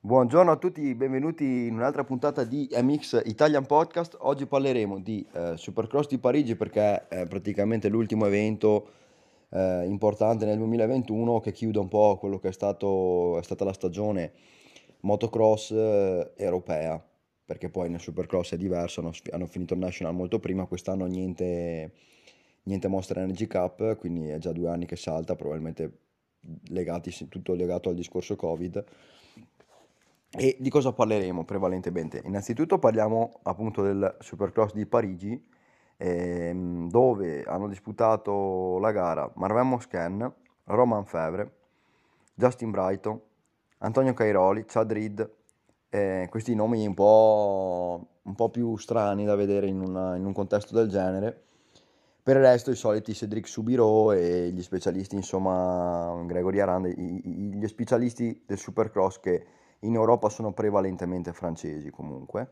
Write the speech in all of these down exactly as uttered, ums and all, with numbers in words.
Buongiorno a tutti, benvenuti in un'altra puntata di M X Italian Podcast. Oggi parleremo di eh, Supercross di Parigi perché è praticamente l'ultimo evento eh, importante nel duemilaventuno che chiude un po' quello che è stato, è stata la stagione motocross eh, europea, perché poi nel Supercross è diverso, hanno, sfi- hanno finito il National molto prima, quest'anno niente, niente Monster Energy Cup, quindi è già due anni che salta, probabilmente legati, tutto legato al discorso Covid. E di cosa parleremo prevalentemente? Innanzitutto parliamo appunto del Supercross di Parigi, ehm, dove hanno disputato la gara Marvin Mosquen, Roman Fevre, Justin Brighton, Antonio Cairoli, Chad Reed, eh, questi nomi un po', un po' più strani da vedere in, una- in un contesto del genere. Per il resto i soliti Cedric Subiro e gli specialisti, insomma, Gregory Aranda, i- i- gli specialisti del Supercross che in Europa sono prevalentemente francesi comunque.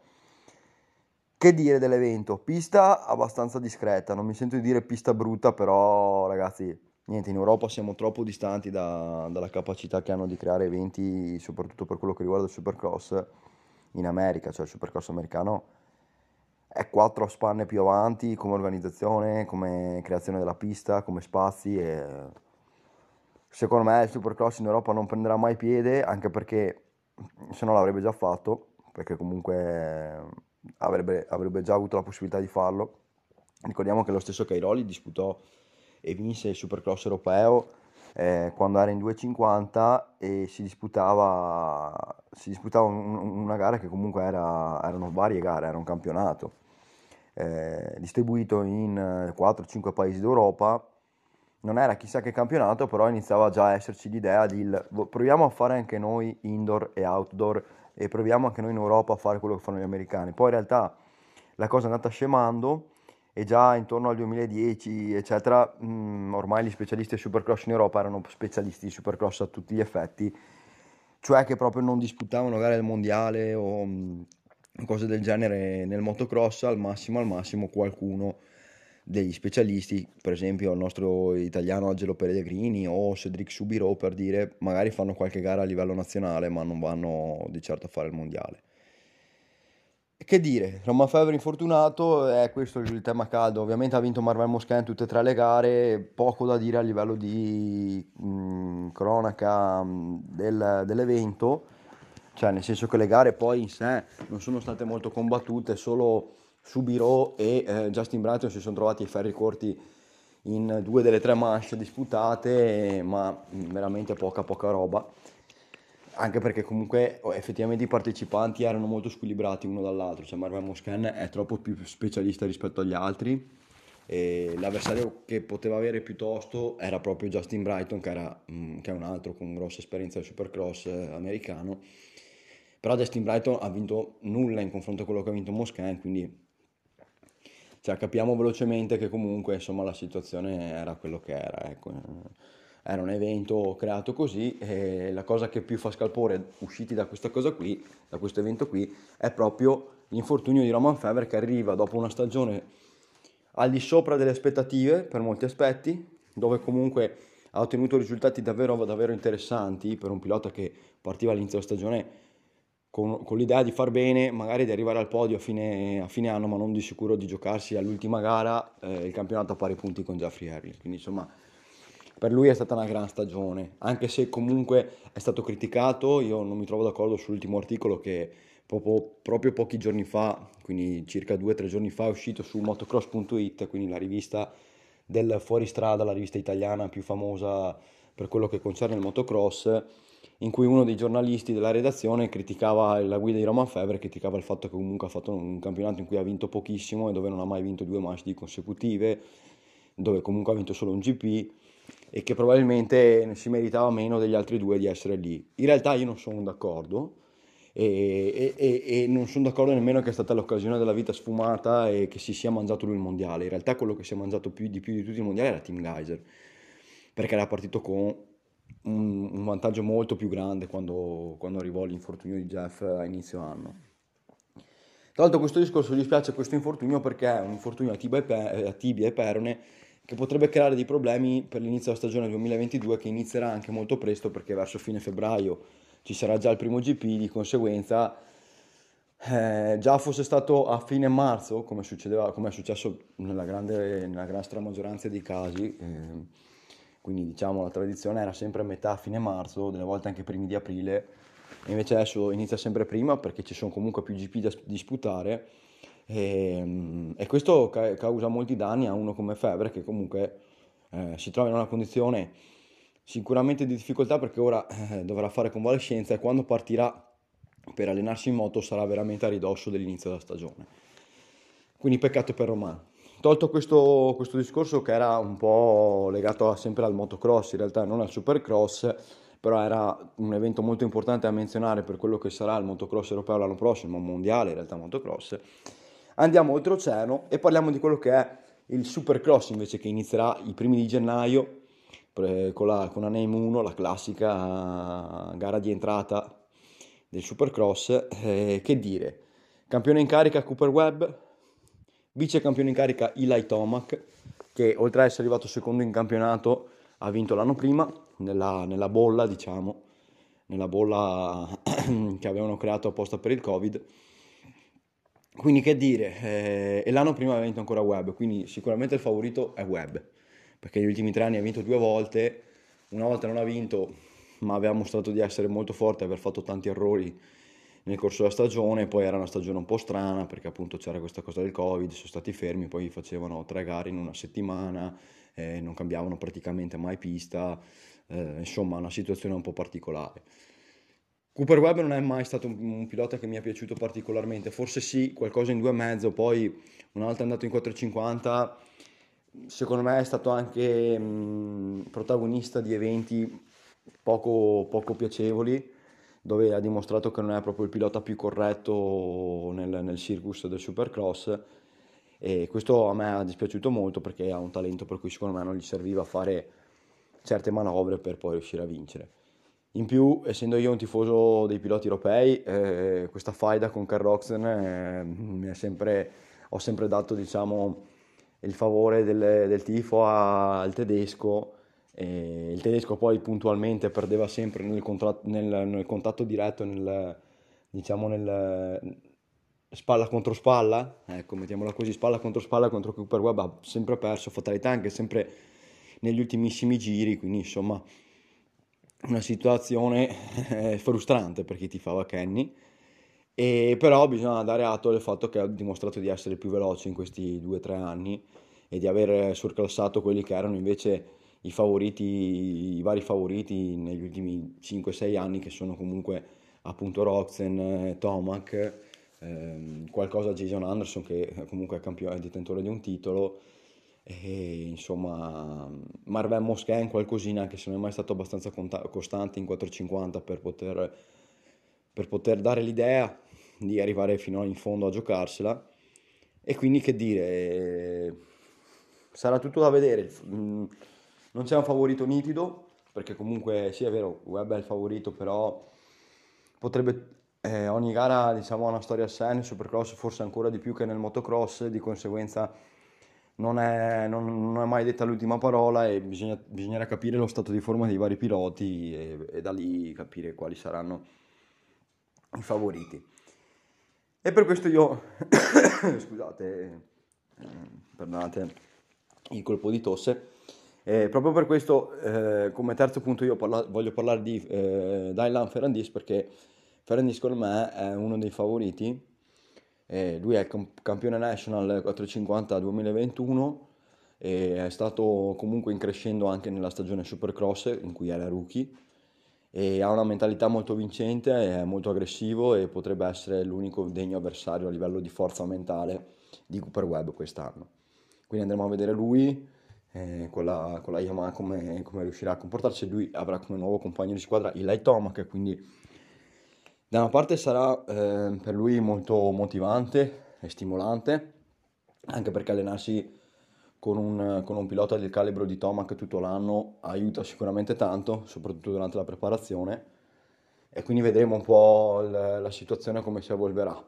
Che dire dell'evento? Pista abbastanza discreta, non mi sento di dire pista brutta, però ragazzi, niente, in Europa siamo troppo distanti da- dalla capacità che hanno di creare eventi, soprattutto per quello che riguarda il Supercross in America, cioè il Supercross americano è quattro spanne più avanti come organizzazione, come creazione della pista, come spazi e secondo me il Supercross in Europa non prenderà mai piede, anche perché se no l'avrebbe già fatto, perché comunque eh, avrebbe, avrebbe già avuto la possibilità di farlo. Ricordiamo che lo stesso Cairoli disputò e vinse il Supercross europeo eh, quando era in due cinquanta e si disputava, si disputava un- una gara che comunque era, erano varie gare, era un campionato eh, distribuito in quattro cinque paesi d'Europa. Non era chissà che campionato, però iniziava già a esserci l'idea di il- vo- proviamo a fare anche noi indoor e outdoor e proviamo anche noi in Europa a fare quello che fanno gli americani. Poi in realtà la cosa è andata scemando e già intorno al duemiladieci, eccetera, mh, ormai gli specialisti di Supercross in Europa erano specialisti di Supercross a tutti gli effetti, cioè che proprio non disputavano gare del mondiale o mh, cose del genere nel motocross, al massimo al massimo qualcuno degli specialisti, per esempio il nostro italiano Angelo Pellegrini o Cedric Subiro per dire, magari fanno qualche gara a livello nazionale, ma non vanno di certo a fare il mondiale. Che dire, Romain Febvre infortunato, è questo il tema caldo. Ovviamente ha vinto Marvel Mosca in tutte e tre le gare, poco da dire a livello di mh, cronaca mh, del- dell'evento, cioè nel senso che le gare poi in sé non sono state molto combattute, solo Subirò e eh, Justin Brighton si sono trovati ai ferri corti in due delle tre manche disputate, ma mh, veramente poca poca roba. Anche perché comunque oh, effettivamente i partecipanti erano molto squilibrati uno dall'altro, cioè Marwan Moscan è troppo più specialista rispetto agli altri e l'avversario che poteva avere piuttosto era proprio Justin Brighton che, era, mm, che è un altro con grossa esperienza del supercross eh, americano, però Justin Brighton ha vinto nulla in confronto a quello che ha vinto Moscan, quindi cioè, capiamo velocemente che comunque insomma la situazione era quello che era, ecco. Era un evento creato così e la cosa che più fa scalpore usciti da questa cosa qui, da questo evento qui, è proprio l'infortunio di Roman Febvre che arriva dopo una stagione al di sopra delle aspettative per molti aspetti, dove comunque ha ottenuto risultati davvero, davvero interessanti per un pilota che partiva all'inizio della stagione con, con l'idea di far bene, magari di arrivare al podio a fine, a fine anno, ma non di sicuro di giocarsi all'ultima gara eh, il campionato a pari punti con Jeffrey Herley. Quindi insomma, per lui è stata una gran stagione, anche se comunque è stato criticato, io non mi trovo d'accordo sull'ultimo articolo che proprio, proprio pochi giorni fa, quindi circa due o tre giorni fa, è uscito su motocross punto it, quindi la rivista del fuoristrada, la rivista italiana più famosa per quello che concerne il motocross, in cui uno dei giornalisti della redazione criticava la guida di Roman Febvre, criticava il fatto che comunque ha fatto un campionato in cui ha vinto pochissimo e dove non ha mai vinto due manche di consecutive, dove comunque ha vinto solo un G P e che probabilmente si meritava meno degli altri due di essere lì. In realtà io non sono d'accordo e, e- e- e non sono d'accordo nemmeno che è stata l'occasione della vita sfumata e che si sia mangiato lui il mondiale. In realtà quello che si è mangiato più, di più di tutti il mondiale era Team Geyser, perché era partito con un, un vantaggio molto più grande quando, quando arrivò l'infortunio di Jeff a inizio anno. Tra l'altro questo discorso gli spiace questo infortunio perché è un infortunio a tibia e, pe- eh, a tibia e perone che potrebbe creare dei problemi per l'inizio della stagione duemilaventidue che inizierà anche molto presto perché verso fine febbraio ci sarà già il primo G P, di conseguenza eh, già fosse stato a fine marzo, come succedeva, come è successo nella grande, nella gran stramaggioranza dei casi, eh, quindi diciamo la tradizione era sempre a metà fine marzo, delle volte anche primi di aprile, e invece adesso inizia sempre prima perché ci sono comunque più G P da disputare e, e questo ca- causa molti danni a uno come Febbre che comunque eh, si trova in una condizione sicuramente di difficoltà perché ora eh, dovrà fare convalescenza e quando partirà per allenarsi in moto sarà veramente a ridosso dell'inizio della stagione. Quindi peccato per Romano. Tolto questo, questo discorso che era un po' legato a- sempre al motocross, in realtà non al supercross, però era un evento molto importante da menzionare per quello che sarà il motocross europeo l'anno prossimo, mondiale in realtà motocross. Andiamo oltreoceano e parliamo di quello che è il supercross invece che inizierà i primi di gennaio pre- con la, con la Name uno, la classica gara di entrata del Supercross. Eh, che dire, campione in carica Cooper Webb, vice campione in carica Eli Tomac, che oltre ad essere arrivato secondo in campionato ha vinto l'anno prima nella, nella bolla, diciamo, nella bolla che avevano creato apposta per il Covid. Quindi che dire, eh, e l'anno prima aveva vinto ancora Webb, quindi sicuramente il favorito è Webb, perché negli ultimi tre anni ha vinto due volte, una volta non ha vinto, ma aveva mostrato di essere molto forte, aver fatto tanti errori nel corso della stagione, poi era una stagione un po' strana, perché appunto c'era questa cosa del Covid, sono stati fermi, poi facevano tre gare in una settimana, eh, non cambiavano praticamente mai pista, eh, insomma una situazione un po' particolare. Cooper Webb non è mai stato un, un pilota che mi è piaciuto particolarmente, forse sì, qualcosa in due e mezzo, poi una volta andato in quattrocentocinquanta, secondo me è stato anche mh, protagonista di eventi poco, poco piacevoli, dove ha dimostrato che non è proprio il pilota più corretto nel, nel circus del Supercross e questo a me ha dispiaciuto molto perché ha un talento per cui secondo me non gli serviva fare certe manovre per poi riuscire a vincere. In più, essendo io un tifoso dei piloti europei, eh, questa faida con Carl Roxen eh, mi è sempre, ho sempre dato, diciamo, il favore del, del tifo a- al tedesco. E il tedesco poi puntualmente perdeva sempre nel, contra- nel- nel contatto diretto, nel, diciamo, nel spalla contro spalla, ecco, mettiamola così, spalla contro spalla contro Cooper Webb, ha sempre perso, fatalità anche sempre negli ultimissimi giri, quindi insomma una situazione eh, frustrante per chi tifava Kenny, e però bisogna dare atto del fatto che ha dimostrato di essere il più veloce in questi due o tre anni e di aver surclassato quelli che erano invece i favoriti, i vari favoriti negli ultimi cinque sei anni che sono comunque appunto Roxen, eh, Tomac, ehm, qualcosa Jason Anderson che comunque è campione, è detentore di un titolo e insomma, Marvin Mosquin qualcosina, anche se non è mai stato abbastanza conta- costante in quattrocentocinquanta per poter, per poter dare l'idea di arrivare fino in fondo a giocarsela. E quindi che dire, sarà tutto da vedere. Mm, Non c'è un favorito nitido, perché comunque sì è vero, Webb è il favorito, però potrebbe, eh, ogni gara diciamo ha una storia a sé, nel Supercross forse ancora di più che nel motocross, di conseguenza non è, non, non è mai detta l'ultima parola e bisogna, bisognerà capire lo stato di forma dei vari piloti e, e da lì capire quali saranno i favoriti. E per questo io, scusate, eh, perdonate il colpo di tosse, eh, proprio per questo eh, come terzo punto io parla- voglio parlare di eh, Dylan Ferrandis perché Ferrandis secondo me è uno dei favoriti. Eh, lui è il com- campione national quattrocentocinquanta duemilaventuno e è stato comunque in crescendo anche nella stagione Supercross in cui era rookie e ha una mentalità molto vincente, è molto aggressivo e potrebbe essere l'unico degno avversario a livello di forza mentale di Cooper Webb quest'anno. Quindi andremo a vedere lui eh, con la, con la Yamaha come, come riuscirà a comportarsi. Lui avrà come nuovo compagno di squadra Eli Tomac, quindi da una parte sarà eh, per lui molto motivante e stimolante, anche perché allenarsi con un, con un pilota del calibro di Tomac tutto l'anno aiuta sicuramente tanto, soprattutto durante la preparazione, e quindi vedremo un po' il- la situazione come si evolverà.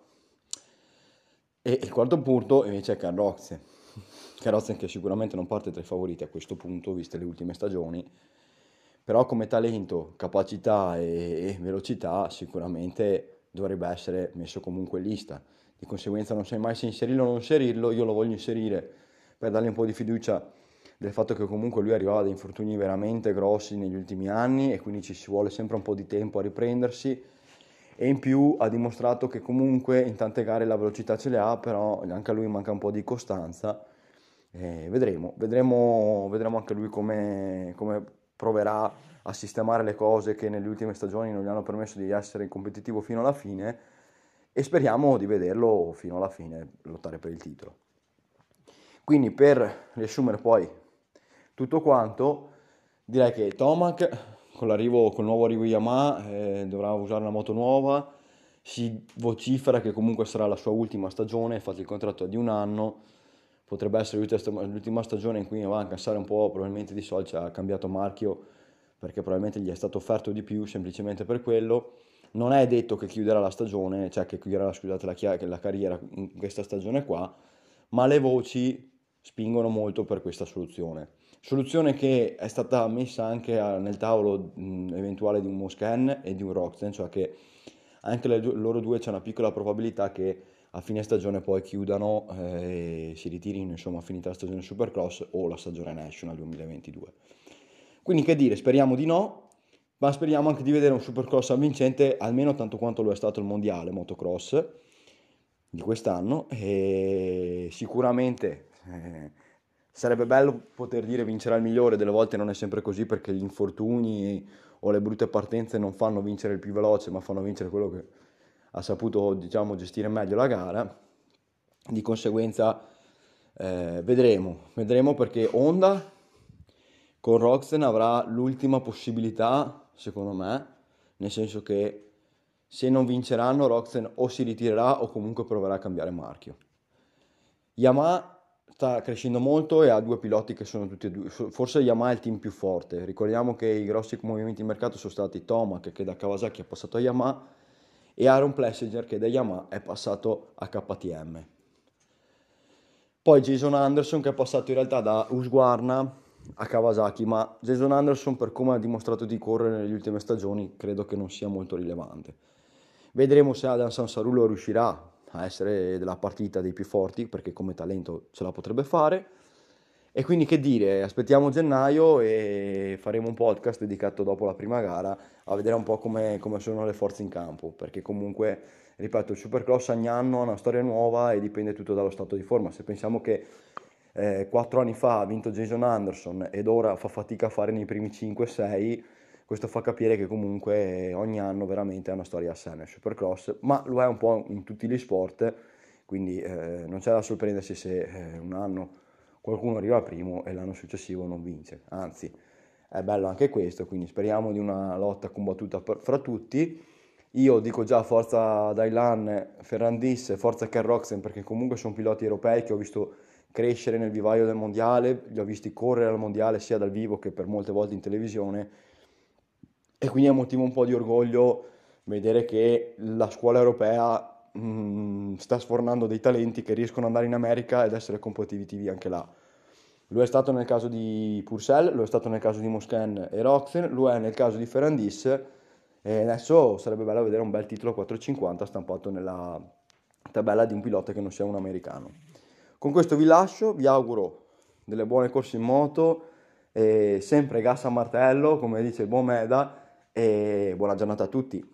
E il quarto punto invece è Carrozze. Carrozze che sicuramente non parte tra i favoriti a questo punto, viste le ultime stagioni, però come talento, capacità e, e velocità sicuramente dovrebbe essere messo comunque in lista. Di conseguenza non sai mai se inserirlo o non inserirlo, io lo voglio inserire per dargli un po' di fiducia del fatto che comunque lui arrivava da infortuni veramente grossi negli ultimi anni e quindi ci si vuole sempre un po' di tempo a riprendersi e in più ha dimostrato che comunque in tante gare la velocità ce le ha, però anche a lui manca un po' di costanza. E vedremo, vedremo, vedremo anche lui come, come proverà a sistemare le cose che nelle ultime stagioni non gli hanno permesso di essere competitivo fino alla fine e speriamo di vederlo fino alla fine lottare per il titolo. Quindi per riassumere poi tutto quanto, direi che Tomac con l'arrivo, col nuovo arrivo Yamaha eh, dovrà usare una moto nuova, si vocifera che comunque sarà la sua ultima stagione, infatti il contratto è di un anno, potrebbe essere l'ultima l'ultima stagione in cui va a incassare un po' probabilmente di soldi, cioè, ha cambiato marchio perché probabilmente gli è stato offerto di più semplicemente per quello. Non è detto che chiuderà la stagione, cioè che chiuderà, scusate, la, chia- la carriera in questa stagione qua, ma le voci spingono molto per questa soluzione. Soluzione che è stata messa anche a- nel tavolo mh, eventuale di un Musken e di un Roxen, cioè che anche le, du- loro due c'è una piccola probabilità che a fine stagione poi chiudano eh, e si ritirino, insomma, finita la stagione Supercross o la stagione National duemilaventidue. Quindi che dire, speriamo di no, ma speriamo anche di vedere un Supercross avvincente, almeno tanto quanto lo è stato il mondiale motocross di quest'anno e sicuramente eh, sarebbe bello poter dire vincerà il migliore, delle volte non è sempre così perché gli infortuni o le brutte partenze non fanno vincere il più veloce, ma fanno vincere quello che ha saputo, diciamo, gestire meglio la gara. Di conseguenza eh, vedremo, vedremo perché Honda con Roxen avrà l'ultima possibilità, secondo me, nel senso che se non vinceranno Roxen o si ritirerà o comunque proverà a cambiare marchio. Yamaha sta crescendo molto e ha due piloti che sono tutti e due, forse Yamaha è il team più forte. Ricordiamo che i grossi movimenti in mercato sono stati Tomac che da Kawasaki è passato a Yamaha e Aaron Plessinger che da Yamaha è passato a K T M. Poi Jason Anderson che è passato in realtà da Husqvarna a Kawasaki, ma Jason Anderson per come ha dimostrato di correre nelle ultime stagioni credo che non sia molto rilevante. Vedremo se Adam Sansarullo riuscirà a essere della partita dei più forti, perché come talento ce la potrebbe fare. E quindi che dire, aspettiamo gennaio e faremo un podcast dedicato dopo la prima gara a vedere un po' come, come sono le forze in campo, perché comunque, ripeto, il Supercross ogni anno ha una storia nuova e dipende tutto dallo stato di forma. Se pensiamo che eh, quattro anni fa ha vinto Jason Anderson ed ora fa fatica a fare nei primi cinque sei, questo fa capire che comunque ogni anno veramente è una storia a sé nel Supercross, ma lo è un po' in tutti gli sport, quindi eh, non c'è da sorprendersi se eh, un anno qualcuno arriva primo e l'anno successivo non vince, anzi è bello anche questo, quindi speriamo di una lotta combattuta per, fra tutti. Io dico già forza Dailan, Ferrandis, forza Ken Roczen perché comunque sono piloti europei che ho visto crescere nel vivaio del mondiale, li ho visti correre al mondiale sia dal vivo che per molte volte in televisione e quindi è motivo un po' di orgoglio vedere che la scuola europea mh, sta sfornando dei talenti che riescono ad andare in America ed essere competitivi anche là. Lo è stato nel caso di Purcell, lo è stato nel caso di Musken e Roxen, lo è nel caso di Ferrandis e adesso sarebbe bello vedere un bel titolo quattrocentocinquanta stampato nella tabella di un pilota che non sia un americano. Con questo vi lascio, vi auguro delle buone corse in moto, e sempre gas a martello, come dice il buon Meda, e buona giornata a tutti.